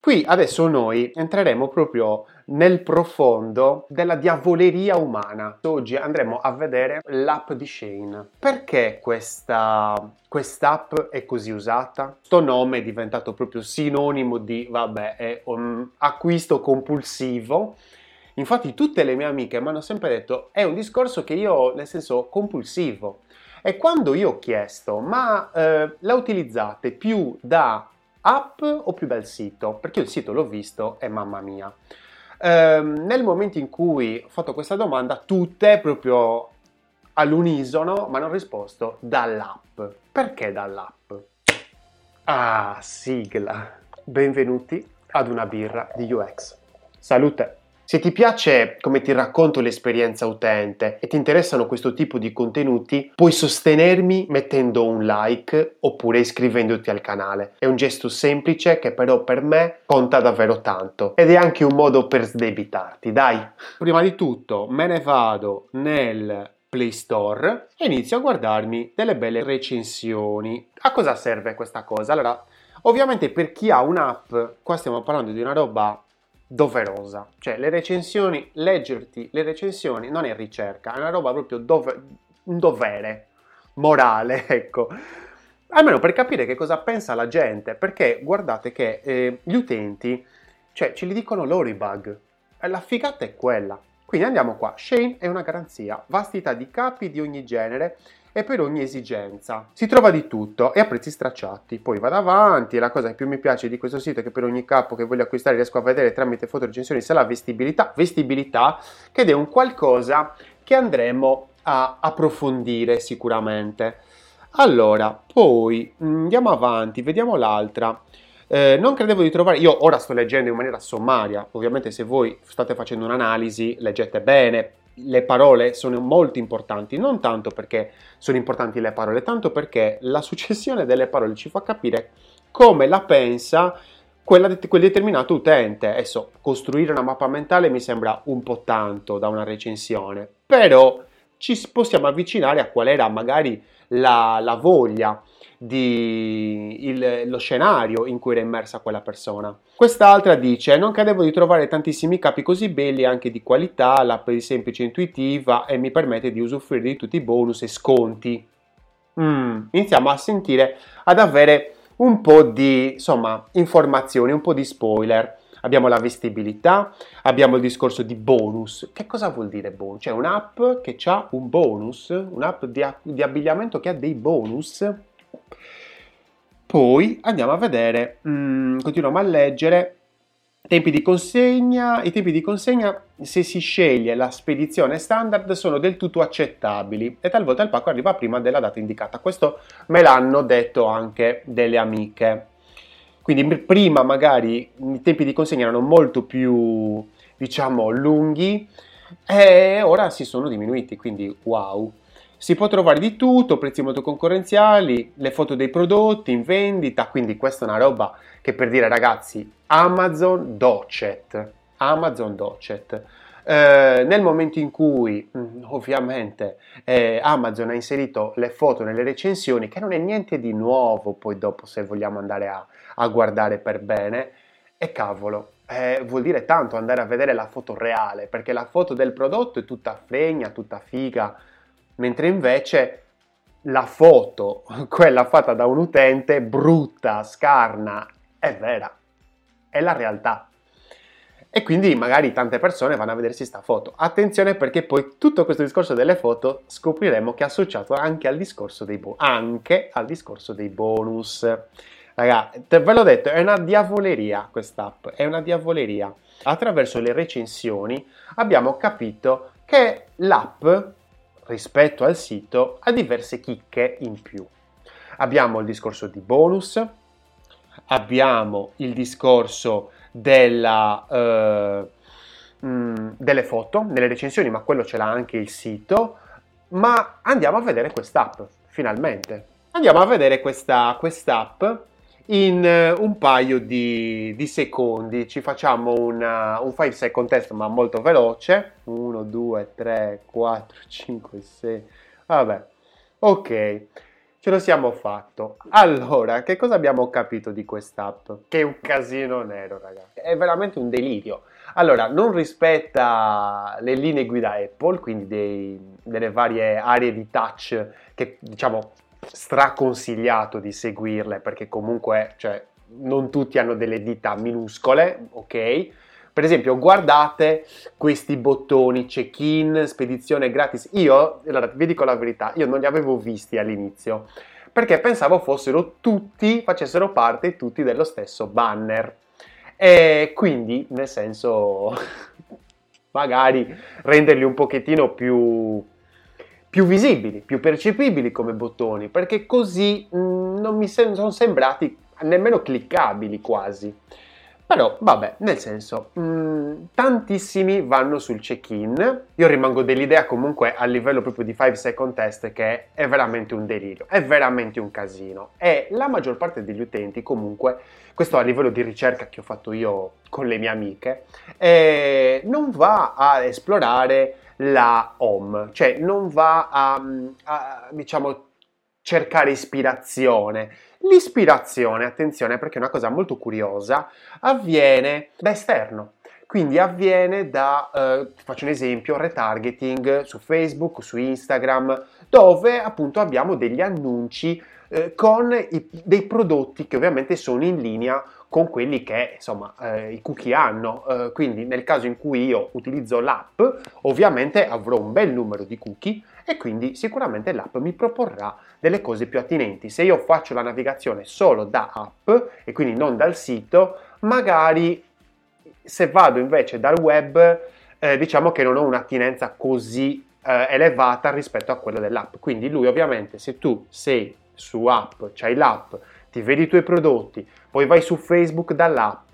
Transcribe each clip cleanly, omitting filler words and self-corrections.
Qui adesso noi entreremo proprio nel profondo della diavoleria umana. Oggi andremo a vedere l'app di Shein. Perché quest'app è così usata? Sto nome è diventato proprio sinonimo di, è un acquisto compulsivo. Infatti tutte le mie amiche mi hanno sempre detto è un discorso che io, nel senso, compulsivo. E quando io ho chiesto, ma la utilizzate più da app o più dal sito? Perché io il sito l'ho visto e mamma mia. Nel momento in cui ho fatto questa domanda, tutte proprio all'unisono mi hanno risposto dall'app. Perché dall'app? Ah, sigla. Benvenuti ad una birra di UX. Salute! Se ti piace come ti racconto l'esperienza utente e ti interessano questo tipo di contenuti, puoi sostenermi mettendo un like oppure iscrivendoti al canale. È un gesto semplice che però per me conta davvero tanto ed è anche un modo per sdebitarti, dai! Prima di tutto me ne vado nel Play Store e inizio a guardarmi delle belle recensioni. A cosa serve questa cosa? Allora, ovviamente per chi ha un'app, qua stiamo parlando di una roba doverosa, cioè le recensioni, leggerti le recensioni non è ricerca, è una roba proprio un dovere morale, ecco, almeno per capire che cosa pensa la gente, perché guardate che gli utenti, cioè ce li dicono loro i bug, e la figata è quella. Quindi andiamo qua, Shein è una garanzia, vastità di capi di ogni genere e per ogni esigenza. Si trova di tutto e a prezzi stracciati. Poi vado avanti e la cosa che più mi piace di questo sito è che per ogni capo che voglio acquistare riesco a vedere tramite foto e recensioni se la vestibilità, che è un qualcosa che andremo a approfondire sicuramente. Allora, poi andiamo avanti, vediamo l'altra. Non credevo di trovare, io ora sto leggendo in maniera sommaria, ovviamente se voi state facendo un'analisi leggete bene, le parole sono molto importanti, non tanto perché sono importanti le parole, tanto perché la successione delle parole ci fa capire come la pensa quel determinato utente. Adesso costruire una mappa mentale mi sembra un po' tanto da una recensione, però ci possiamo avvicinare a qual era magari la voglia lo scenario in cui era immersa quella persona. Quest'altra dice: non credevo di trovare tantissimi capi così belli, anche di qualità, l'app è semplice e intuitiva e mi permette di usufruire di tutti i bonus e sconti. Iniziamo a sentire, ad avere un po' di, insomma, informazioni, un po' di spoiler. Abbiamo la vestibilità, abbiamo il discorso di bonus. Che cosa vuol dire bonus? Cioè un'app che ha un bonus, un'app di abbigliamento che ha dei bonus. Poi andiamo a vedere, continuiamo a leggere, tempi di consegna. I tempi di consegna, se si sceglie la spedizione standard, sono del tutto accettabili e talvolta il pacco arriva prima della data indicata. Questo me l'hanno detto anche delle amiche. Quindi prima magari i tempi di consegna erano molto più, diciamo, lunghi e ora si sono diminuiti, quindi wow. Si può trovare di tutto, prezzi molto concorrenziali, le foto dei prodotti in vendita, quindi questa è una roba che, per dire, ragazzi, Amazon Docet. Nel momento in cui ovviamente Amazon ha inserito le foto nelle recensioni, che non è niente di nuovo poi dopo se vogliamo andare a guardare per bene, e cavolo, vuol dire tanto andare a vedere la foto reale, perché la foto del prodotto è tutta fregna, tutta figa, mentre invece la foto, quella fatta da un utente, brutta, scarna, è vera, è la realtà. E quindi magari tante persone vanno a vedersi sta foto. Attenzione, perché poi tutto questo discorso delle foto scopriremo che è associato anche al discorso dei bonus. Raga, ve l'ho detto, è una diavoleria quest'app, è una diavoleria. Attraverso le recensioni abbiamo capito che l'app, rispetto al sito, ha diverse chicche in più. Abbiamo il discorso di bonus, abbiamo il discorso delle foto, delle recensioni, ma quello ce l'ha anche il sito. Ma andiamo a vedere quest'app, finalmente. Andiamo a vedere quest'app in un paio di secondi. Ci facciamo un 5 second test, ma molto veloce. 1, 2, 3, 4, 5, 6. Vabbè, ok. ce lo siamo fatto. Allora, che cosa abbiamo capito di quest'app? Che è un casino nero, ragazzi. È veramente un delirio. Allora, non rispetta le linee guida Apple, quindi delle varie aree di touch che, diciamo, straconsigliato di seguirle, perché comunque, cioè, non tutti hanno delle dita minuscole, ok? Per esempio, guardate questi bottoni, check-in, spedizione gratis. Io, allora, vi dico la verità, io non li avevo visti all'inizio, perché pensavo facessero parte tutti dello stesso banner. E quindi, nel senso, magari renderli un pochettino più visibili, più percepibili come bottoni, perché così non mi sono sembrati nemmeno cliccabili quasi. Però, vabbè, nel senso, tantissimi vanno sul check-in. Io rimango dell'idea comunque a livello proprio di 5 second test che è veramente un delirio, è veramente un casino. E la maggior parte degli utenti comunque, questo a livello di ricerca che ho fatto io con le mie amiche, non va a esplorare la home, cioè non va diciamo, cercare ispirazione. L'ispirazione, attenzione, perché è una cosa molto curiosa, avviene da esterno. Quindi avviene faccio un esempio, retargeting su Facebook, su Instagram, dove appunto abbiamo degli annunci con dei prodotti che ovviamente sono in linea con quelli che insomma i cookie hanno. Quindi nel caso in cui io utilizzo l'app, ovviamente avrò un bel numero di cookie e quindi sicuramente l'app mi proporrà delle cose più attinenti. Se io faccio la navigazione solo da app e quindi non dal sito, magari se vado invece dal web, diciamo che non ho un'attinenza così elevata rispetto a quella dell'app. Quindi lui ovviamente, se tu sei su app, c'hai l'app, ti vedi i tuoi prodotti, poi vai su Facebook dall'app,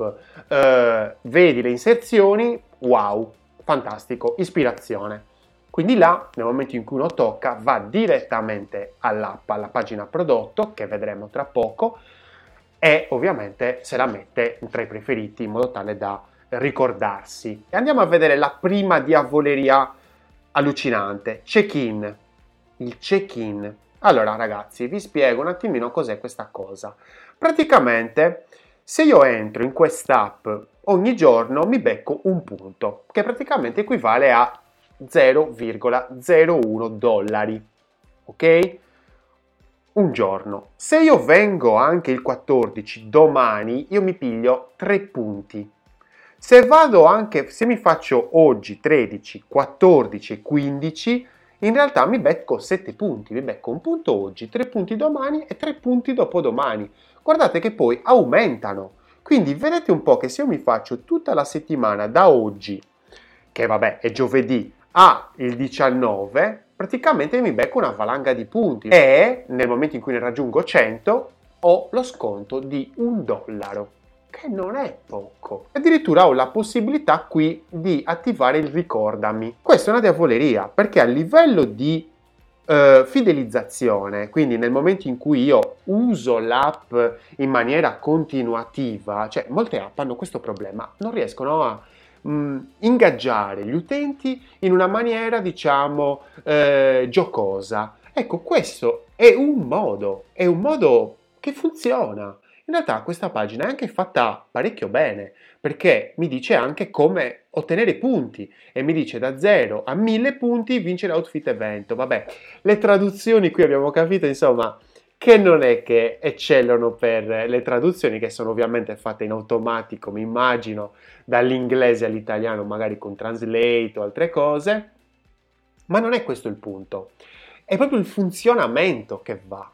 vedi le inserzioni, wow, fantastico, ispirazione. Quindi là, nel momento in cui uno tocca, va direttamente all'app, alla pagina prodotto, che vedremo tra poco, e ovviamente se la mette tra i preferiti in modo tale da ricordarsi. E andiamo a vedere la prima diavoleria allucinante, check-in. Il check-in. Allora ragazzi, vi spiego un attimino cos'è questa cosa. Praticamente, se io entro in quest'app ogni giorno mi becco un punto, che praticamente equivale a 0,01 dollari, ok? Un giorno. Se io vengo anche il 14 domani, io mi piglio 3 punti. Se mi faccio oggi 13, 14 e 15, in realtà mi becco 7 punti. Mi becco un punto oggi, 3 punti domani e 3 punti dopodomani. Guardate che poi aumentano. Quindi vedete un po' che se io mi faccio tutta la settimana da oggi, che vabbè è giovedì, il 19, praticamente mi becco una valanga di punti e nel momento in cui ne raggiungo 100 ho lo sconto di $1, che non è poco. Addirittura ho la possibilità qui di attivare il ricordami. Questa è una diavoleria, perché a livello di fidelizzazione, quindi nel momento in cui io uso l'app in maniera continuativa, cioè molte app hanno questo problema, non riescono a ingaggiare gli utenti in una maniera, diciamo, giocosa. Ecco, questo è un modo che funziona. In realtà questa pagina è anche fatta parecchio bene, perché mi dice anche come ottenere punti e mi dice da 0 a 1000 punti vince l'outfit evento. Vabbè, le traduzioni qui abbiamo capito, insomma, che non è che eccellono per le traduzioni, che sono ovviamente fatte in automatico, mi immagino, dall'inglese all'italiano, magari con Translate o altre cose, ma non è questo il punto. È proprio il funzionamento che va.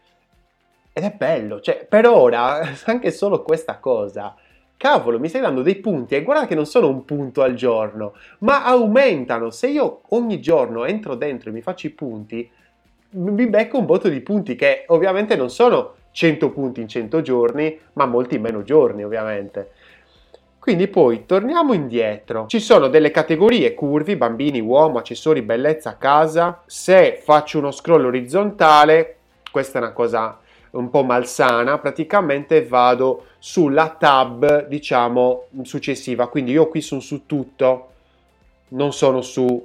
Ed è bello, cioè, per ora, anche solo questa cosa, cavolo, mi stai dando dei punti e guarda che non sono un punto al giorno, ma aumentano. Se io ogni giorno entro dentro e mi faccio i punti, mi becco un botto di punti che ovviamente non sono 100 punti in 100 giorni, ma molti meno giorni ovviamente. Quindi poi torniamo indietro. Ci sono delle categorie: curvi, bambini, uomo, accessori, bellezza, casa. Se faccio uno scroll orizzontale, questa è una cosa un po' malsana, praticamente vado sulla tab, diciamo, successiva. Quindi io qui sono su tutto, non sono su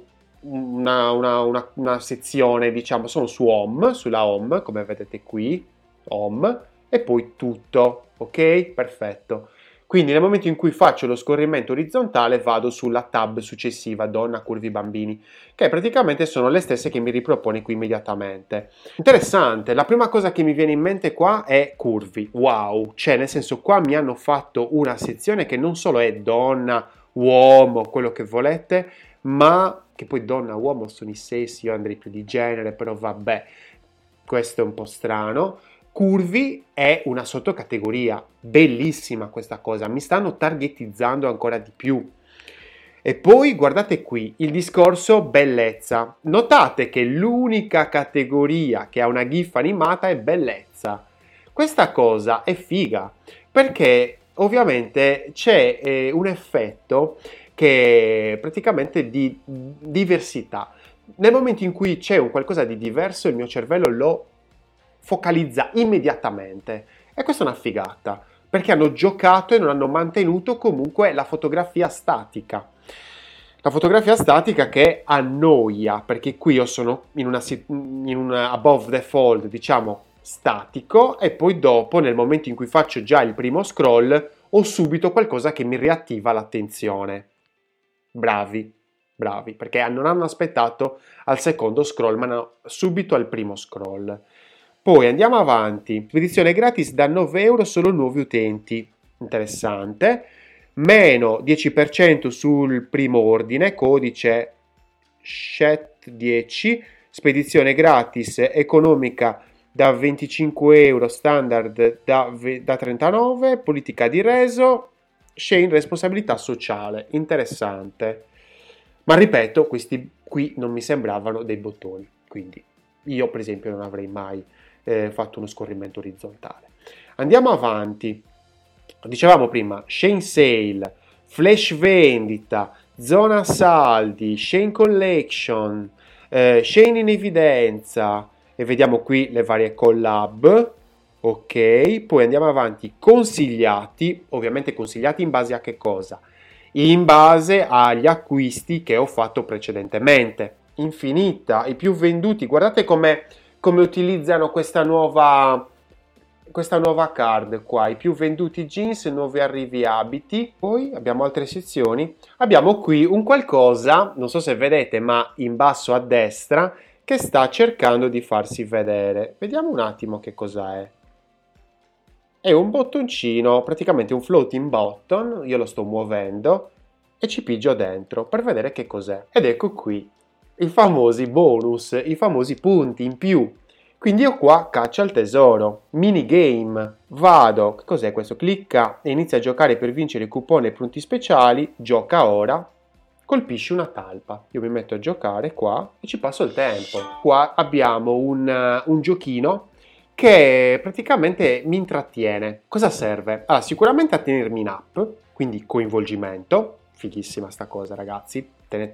una sezione, diciamo, sono su Home, sulla Home, come vedete qui, Home, e poi tutto, ok? Perfetto. Quindi nel momento in cui faccio lo scorrimento orizzontale vado sulla tab successiva, donna, curvi, bambini, che praticamente sono le stesse che mi ripropone qui immediatamente. Interessante, la prima cosa che mi viene in mente qua è curvi, wow, cioè nel senso qua mi hanno fatto una sezione che non solo è donna, uomo, quello che volete, ma che poi donna, uomo sono i sessi, io andrei più di genere, però vabbè, questo è un po' strano. Curvi è una sottocategoria, bellissima questa cosa, mi stanno targetizzando ancora di più. E poi guardate qui il discorso bellezza. Notate che l'unica categoria che ha una GIF animata è bellezza. Questa cosa è figa perché ovviamente c'è un effetto che è praticamente di diversità. Nel momento in cui c'è un qualcosa di diverso, il mio cervello lo focalizza immediatamente. E questa è una figata, perché hanno giocato e non hanno mantenuto comunque la fotografia statica. La fotografia statica che annoia, perché qui io sono in una above the fold, diciamo, statico, e poi dopo, nel momento in cui faccio già il primo scroll, ho subito qualcosa che mi riattiva l'attenzione. Bravi, bravi, perché non hanno aspettato al secondo scroll, ma subito al primo scroll. Poi andiamo avanti. Spedizione gratis da 9 euro solo nuovi utenti. Interessante. Meno 10% sul primo ordine, codice SHET10. Spedizione gratis economica da 25 euro, standard da 39. Politica di reso. Shane responsabilità sociale. Interessante. Ma ripeto, questi qui non mi sembravano dei bottoni. Quindi io per esempio non avrei mai fatto uno scorrimento orizzontale. Andiamo avanti. Dicevamo prima Shane Sale, Flash Vendita, Zona Saldi, Shane Collection, Shane in evidenza, e vediamo qui le varie collab. Ok, poi andiamo avanti. Consigliati, ovviamente consigliati in base a che cosa? In base agli acquisti che ho fatto precedentemente. Infinita, i più venduti, guardate come utilizzano questa nuova card qua, i più venduti jeans, nuovi arrivi abiti. Poi abbiamo altre sezioni, abbiamo qui un qualcosa, non so se vedete, ma in basso a destra, che sta cercando di farsi vedere. Vediamo un attimo che cosa è. È un bottoncino, praticamente un floating button, io lo sto muovendo e ci pigio dentro per vedere che cos'è. Ed ecco qui i famosi bonus, i famosi punti in più. Quindi io qua caccia al tesoro, minigame, vado, che cos'è questo? Clicca e inizia a giocare per vincere coupon e punti speciali, gioca ora, colpisci una talpa. Io mi metto a giocare qua e ci passo il tempo. Qua abbiamo un giochino che praticamente mi intrattiene. Cosa serve? Allora, sicuramente a tenermi in app, quindi coinvolgimento, fighissima sta cosa ragazzi,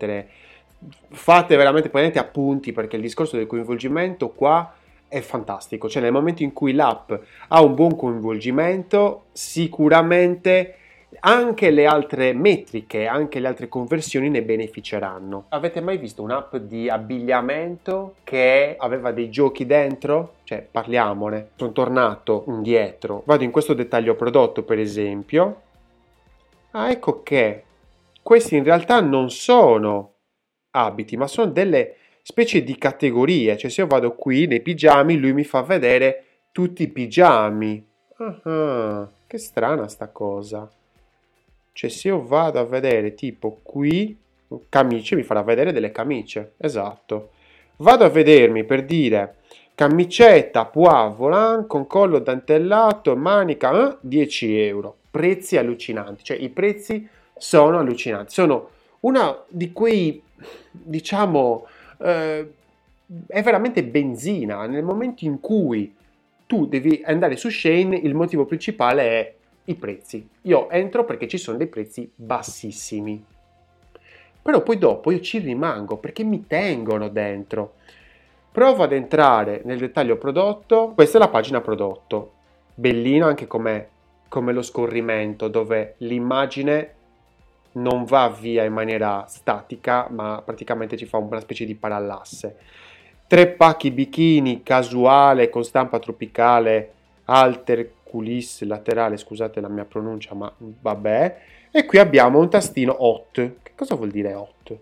fate veramente, prendete appunti perché il discorso del coinvolgimento qua è fantastico, cioè nel momento in cui l'app ha un buon coinvolgimento sicuramente anche le altre metriche, anche le altre conversioni ne beneficeranno. Avete mai visto un'app di abbigliamento che aveva dei giochi dentro? Cioè parliamone. Sono tornato indietro, vado in questo dettaglio prodotto per esempio. Ah, ecco che questi in realtà non sono abiti, ma sono delle specie di categorie. Cioè se io vado qui nei pigiami, lui mi fa vedere tutti i pigiami. Ah, che strana sta cosa. Cioè se io vado a vedere tipo qui camicie, mi farà vedere delle camicie. Esatto. Vado a vedermi per dire camicetta pois volant con collo dantellato, manica, 10 euro. Prezzi allucinanti. Cioè i prezzi sono allucinanti. Sono una di quei, diciamo, è veramente benzina. Nel momento in cui tu devi andare su Shane, il motivo principale è i prezzi. Io entro perché ci sono dei prezzi bassissimi. Però poi dopo io ci rimango perché mi tengono dentro. Provo ad entrare nel dettaglio prodotto. Questa è la pagina prodotto. Bellino anche come lo scorrimento, dove l'immagine non va via in maniera statica, ma praticamente ci fa una specie di parallasse. 3 pacchi bikini casuale con stampa tropicale alter coulis laterale, scusate la mia pronuncia, ma vabbè. E qui abbiamo un tastino hot. Che cosa vuol dire hot?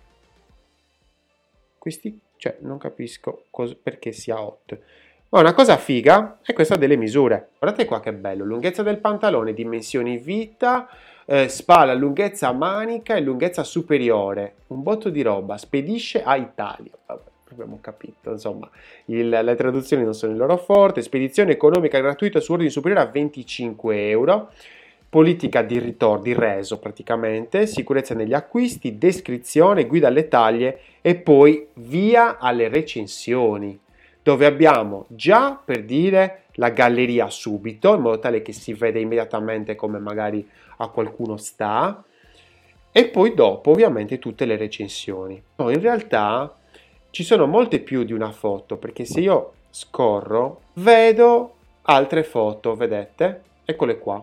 Questi, cioè, non capisco perché sia hot. Ma una cosa figa è questa delle misure. Guardate qua che bello, lunghezza del pantalone, dimensioni vita, spalla, lunghezza manica e lunghezza superiore. Un botto di roba, spedisce a Italia. Vabbè, abbiamo capito, insomma, le traduzioni non sono il loro forte. Spedizione economica gratuita su ordini superiori a 25 euro. Politica di ritorno, di reso praticamente, sicurezza negli acquisti, descrizione, guida alle taglie e poi via alle recensioni, dove abbiamo già, per dire, la galleria subito, in modo tale che si vede immediatamente come magari a qualcuno sta, e poi dopo ovviamente tutte le recensioni. No, in realtà ci sono molte più di una foto, perché se io scorro vedo altre foto, vedete? Eccole qua.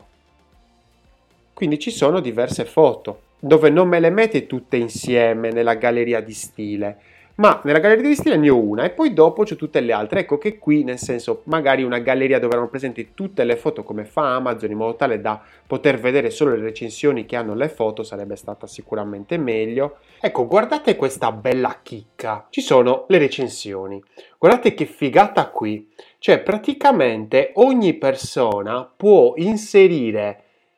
Quindi ci sono diverse foto, dove non me le mette tutte insieme nella galleria di stile, ma nella galleria di stile ne ho una e poi dopo c'ho tutte le altre. Ecco che qui, nel senso, magari una galleria dove erano presenti tutte le foto come fa Amazon, in modo tale da poter vedere solo le recensioni che hanno le foto, sarebbe stata sicuramente meglio. Ecco, guardate questa bella chicca, ci sono le recensioni, guardate che figata qui, cioè praticamente ogni persona può inserire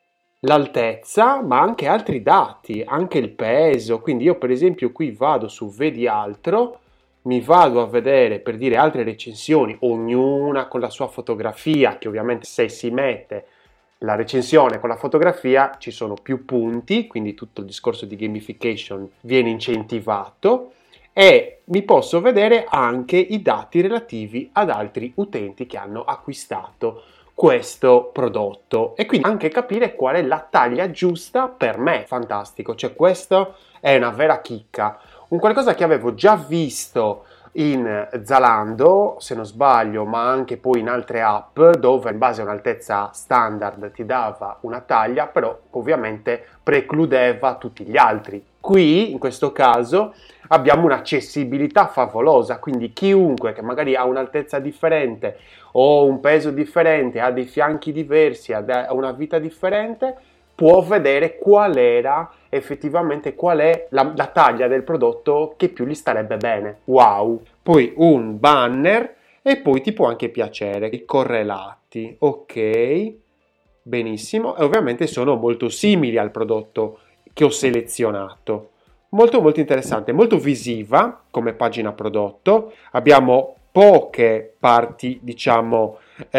l'altezza, ma anche altri dati, anche il peso. Quindi io per esempio qui vado su Vedi altro, mi vado a vedere, per dire, altre recensioni, ognuna con la sua fotografia, che ovviamente se si mette la recensione con la fotografia ci sono più punti, quindi tutto il discorso di gamification viene incentivato, e mi posso vedere anche i dati relativi ad altri utenti che hanno acquistato questo prodotto e quindi anche capire qual è la taglia giusta per me. Fantastico, cioè questo è una vera chicca, un qualcosa che avevo già visto in Zalando, se non sbaglio, ma anche poi in altre app, dove in base a un'altezza standard ti dava una taglia, però ovviamente precludeva tutti gli altri. Qui, in questo caso, abbiamo un'accessibilità favolosa, quindi chiunque che magari ha un'altezza differente o un peso differente, ha dei fianchi diversi, ha una vita differente, può vedere qual era effettivamente qual è la taglia del prodotto che più gli starebbe bene. Wow! Poi un banner e poi ti può anche piacere i correlati. Ok, benissimo. E ovviamente sono molto simili al prodotto che ho selezionato. Molto molto interessante, molto visiva come pagina prodotto. Abbiamo poche parti, diciamo,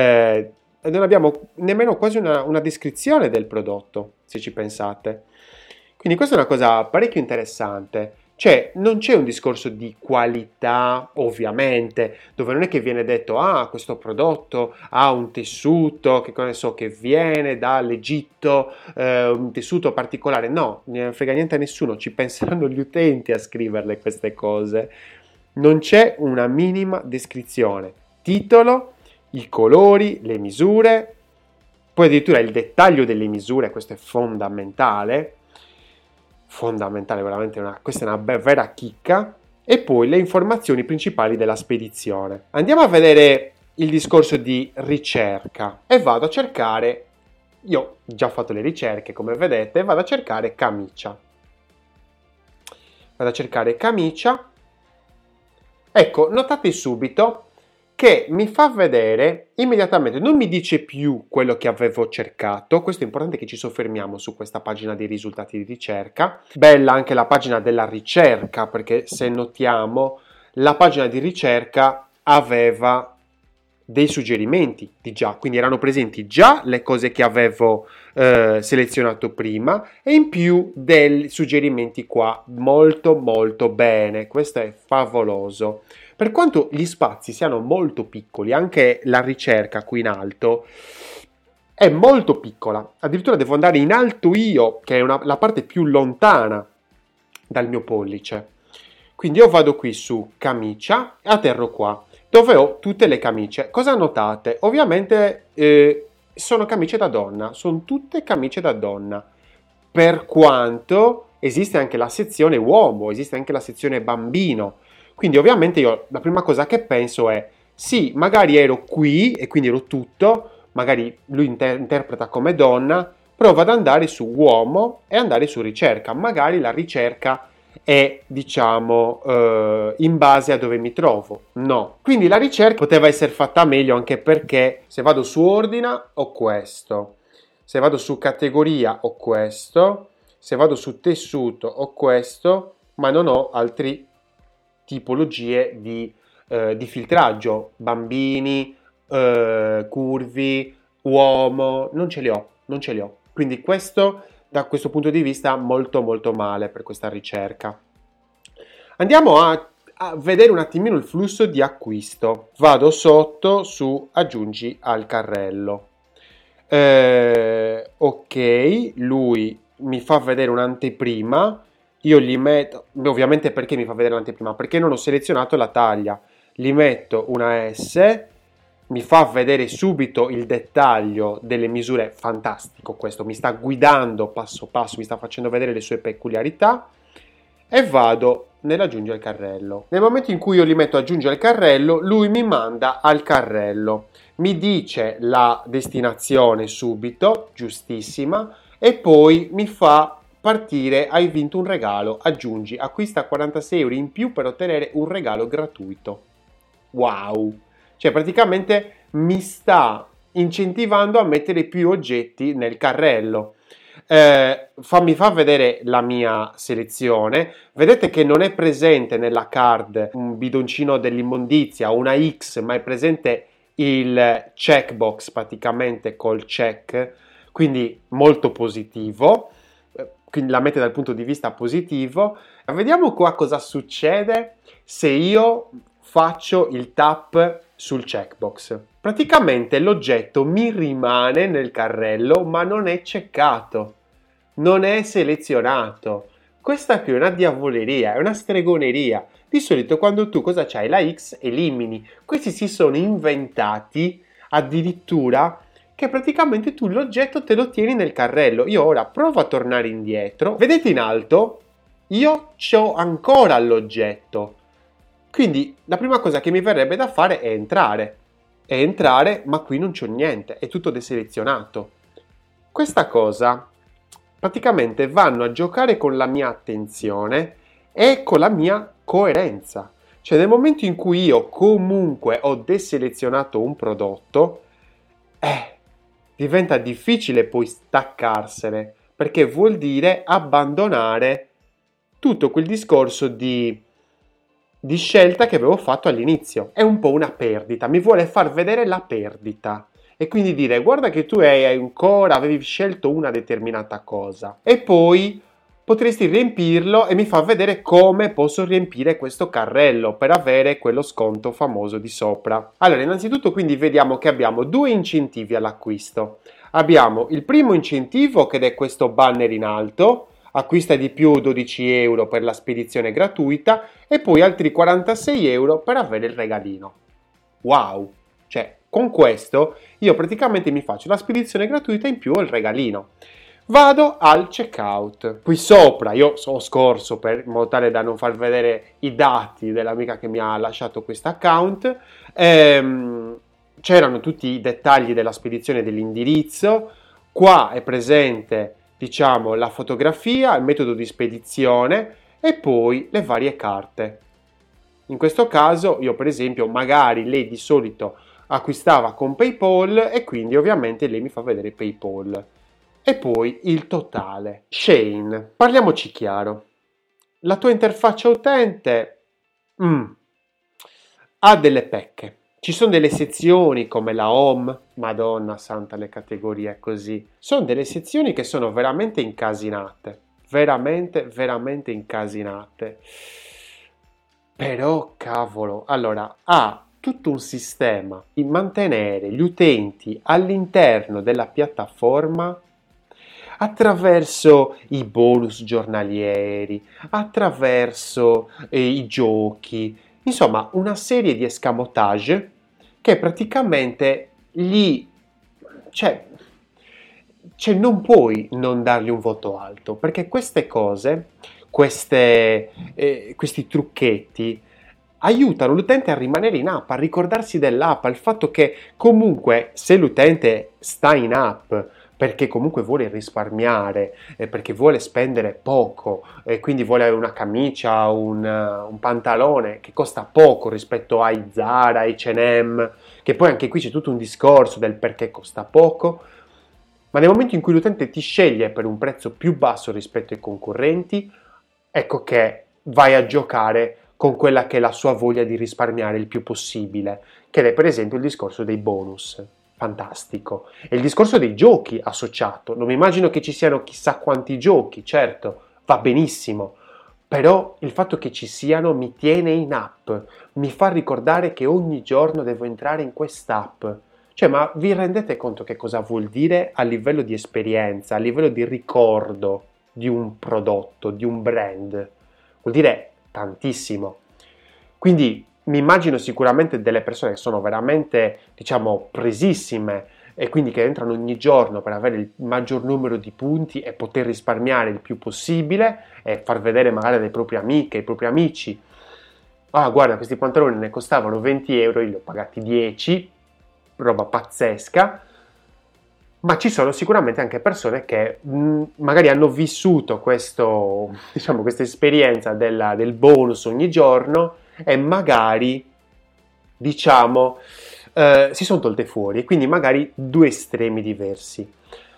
non abbiamo nemmeno quasi una descrizione del prodotto, se ci pensate. Quindi questa è una cosa parecchio interessante. Cioè, non c'è un discorso di qualità, ovviamente, dove non è che viene detto, ah, questo prodotto ha un tessuto, che ne so, che viene dall'Egitto, un tessuto particolare. No, ne frega niente a nessuno, ci penseranno gli utenti a scriverle queste cose. Non c'è una minima descrizione. Titolo, i colori, le misure, poi addirittura il dettaglio delle misure, questo è fondamentale, veramente questa è una vera chicca, e poi le informazioni principali della spedizione. Andiamo a vedere il discorso di ricerca e vado a cercare, io ho già fatto le ricerche come vedete, vado a cercare camicia. Ecco, notate subito che mi fa vedere immediatamente, non mi dice più quello che avevo cercato. Questo è importante che ci soffermiamo su questa pagina dei risultati di ricerca. Bella anche la pagina della ricerca, perché se notiamo la pagina di ricerca aveva dei suggerimenti di già, quindi erano presenti già le cose che avevo selezionato prima e in più dei suggerimenti qua. Molto molto bene, questo è favoloso. Per quanto gli spazi siano molto piccoli, anche la ricerca qui in alto è molto piccola, addirittura devo andare in alto io, che è la parte più lontana dal mio pollice. Quindi io vado qui su camicia e atterro qua, dove ho tutte le camicie. Cosa notate? Ovviamente sono camicie da donna, sono tutte camicie da donna. per quanto esiste anche la sezione uomo, esiste anche la sezione bambino. Quindi ovviamente io la prima cosa che penso è, sì, magari ero qui e quindi ero tutto, magari lui interpreta come donna, prova ad andare su uomo e andare su ricerca. Magari la ricerca è, diciamo, in base a dove mi trovo. No. Quindi la ricerca poteva essere fatta meglio, anche perché se vado su ordina ho questo, se vado su categoria ho questo, se vado su tessuto ho questo, ma non ho altre tipologie di filtraggio, bambini, curvi, uomo, non ce li ho, non ce li ho. Quindi questo, da questo punto di vista, molto molto male per questa ricerca. Andiamo a vedere un attimino il flusso di acquisto. Vado sotto su aggiungi al carrello. Ok, lui mi fa vedere un'anteprima. Io gli metto, ovviamente perché mi fa vedere l'anteprima? Perché non ho selezionato la taglia. Gli metto una S, mi fa vedere subito il dettaglio delle misure, fantastico questo, mi sta guidando passo passo, mi sta facendo vedere le sue peculiarità e vado nell'aggiungi al carrello. Nel momento in cui io gli metto aggiungi al carrello, lui mi manda al carrello, mi dice la destinazione subito, giustissima, e poi mi fa partire, hai vinto un regalo, aggiungi, acquista 46 euro in più per ottenere un regalo gratuito. Wow! Cioè praticamente mi sta incentivando a mettere più oggetti nel carrello. Mi fa vedere la mia selezione. Vedete che non è presente nella card un bidoncino dell'immondizia, una X, ma è presente il checkbox praticamente col check, quindi molto positivo. Quindi la mette dal punto di vista positivo. Vediamo qua cosa succede se io faccio il tap sul checkbox. Praticamente l'oggetto mi rimane nel carrello, ma non è checkato, non è selezionato. Questa qui è una diavoleria, è una stregoneria. Di solito quando tu cosa c'hai? La X elimini. Questi si sono inventati addirittura che praticamente tu l'oggetto te lo tieni nel carrello. Io ora provo a tornare indietro. Vedete in alto? Io c'ho ancora l'oggetto. Quindi la prima cosa che mi verrebbe da fare è entrare. È entrare, ma qui non c'ho niente, è tutto deselezionato. Questa cosa praticamente vanno a giocare con la mia attenzione e con la mia coerenza. Cioè nel momento in cui io comunque ho deselezionato un prodotto, diventa difficile poi staccarsene, perché vuol dire abbandonare tutto quel discorso di scelta che avevo fatto all'inizio. È un po' una perdita, mi vuole far vedere la perdita e quindi dire guarda che tu avevi scelto una determinata cosa e poi potresti riempirlo e mi fa vedere come posso riempire questo carrello per avere quello sconto famoso di sopra. Allora, innanzitutto quindi vediamo che abbiamo due incentivi all'acquisto. Abbiamo il primo incentivo che è questo banner in alto, acquista di più 12 euro per la spedizione gratuita e poi altri 46 euro per avere il regalino. Wow! Cioè, con questo io praticamente mi faccio la spedizione gratuita in più il regalino. Vado al checkout. Qui sopra io ho scorso in modo tale da non far vedere i dati dell'amica che mi ha lasciato questo account. C'erano tutti i dettagli della spedizione, dell'indirizzo. Qua è presente, diciamo, la fotografia, il metodo di spedizione e poi le varie carte. In questo caso io per esempio magari lei di solito acquistava con PayPal e quindi ovviamente lei mi fa vedere PayPal. E poi il totale. Shein, parliamoci chiaro. La tua interfaccia utente ha delle pecche. Ci sono delle sezioni come la home, madonna santa le categorie così. Sono delle sezioni che sono veramente incasinate. Veramente, veramente incasinate. Però cavolo, allora ha tutto un sistema di mantenere gli utenti all'interno della piattaforma attraverso i bonus giornalieri, attraverso i giochi, insomma una serie di escamotage che praticamente cioè non puoi non dargli un voto alto, perché queste cose, questi trucchetti aiutano l'utente a rimanere in app, a ricordarsi dell'app, al fatto che comunque se l'utente sta in app perché comunque vuole risparmiare, perché vuole spendere poco, quindi vuole una camicia, un pantalone che costa poco rispetto ai Zara, ai H&M, che poi anche qui c'è tutto un discorso del perché costa poco, ma nel momento in cui l'utente ti sceglie per un prezzo più basso rispetto ai concorrenti, ecco che vai a giocare con quella che è la sua voglia di risparmiare il più possibile, che è per esempio il discorso dei bonus. Fantastico. E il discorso dei giochi associato. Non mi immagino che ci siano chissà quanti giochi, certo, va benissimo, però il fatto che ci siano mi tiene in app, mi fa ricordare che ogni giorno devo entrare in quest'app. Cioè, ma vi rendete conto che cosa vuol dire a livello di esperienza, a livello di ricordo di un prodotto, di un brand? Vuol dire tantissimo. Quindi mi immagino sicuramente delle persone che sono veramente, diciamo, presissime e quindi che entrano ogni giorno per avere il maggior numero di punti e poter risparmiare il più possibile e far vedere magari alle proprie amiche, ai propri amici. Ah, guarda, questi pantaloni ne costavano 20 euro, io li ho pagati 10, roba pazzesca. Ma ci sono sicuramente anche persone che magari hanno vissuto diciamo, questa esperienza del bonus ogni giorno e magari, diciamo, si sono tolte fuori, quindi magari due estremi diversi.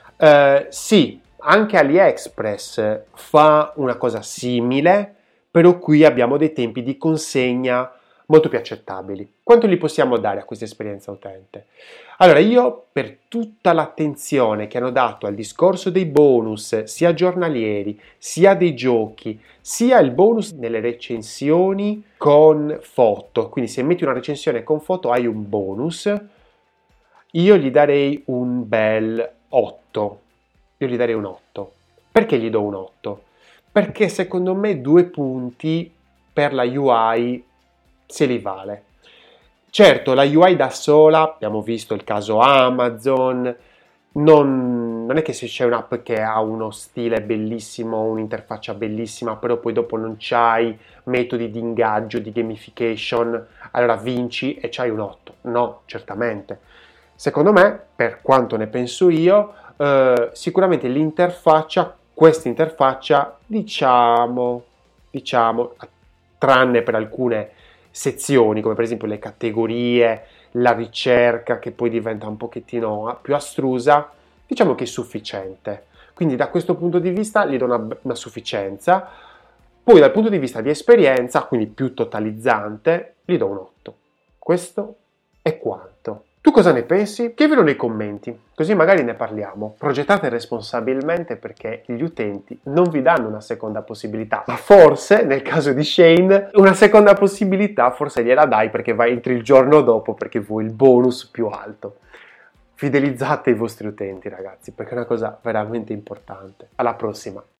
Sì, anche AliExpress fa una cosa simile, però qui abbiamo dei tempi di consegna molto più accettabili. Quanto gli possiamo dare a questa esperienza utente? Allora, io per tutta l'attenzione che hanno dato al discorso dei bonus, sia giornalieri, sia dei giochi, sia il bonus nelle recensioni con foto, quindi se metti una recensione con foto hai un bonus, io gli darei un bel 8. Io gli darei un 8. Perché gli do un 8? Perché secondo me 2 punti per la UI se li vale. Certo, la UI da sola, abbiamo visto il caso Amazon, non è che se c'è un'app che ha uno stile bellissimo, un'interfaccia bellissima, però poi dopo non c'hai metodi di ingaggio, di gamification, allora vinci e c'hai un 8. No, certamente. Secondo me, per quanto ne penso io, sicuramente questa interfaccia, diciamo, tranne per alcune sezioni, come per esempio le categorie, la ricerca che poi diventa un pochettino più astrusa, diciamo che è sufficiente. Quindi da questo punto di vista gli do una sufficienza. Poi dal punto di vista di esperienza, quindi più totalizzante, gli do un 8. Questo è quanto. Tu cosa ne pensi? Scrivilo nei commenti, così magari ne parliamo. Progettate responsabilmente perché gli utenti non vi danno una seconda possibilità, ma forse, nel caso di Shane, una seconda possibilità forse gliela dai perché entri il giorno dopo perché vuoi il bonus più alto. Fidelizzate i vostri utenti, ragazzi, perché è una cosa veramente importante. Alla prossima!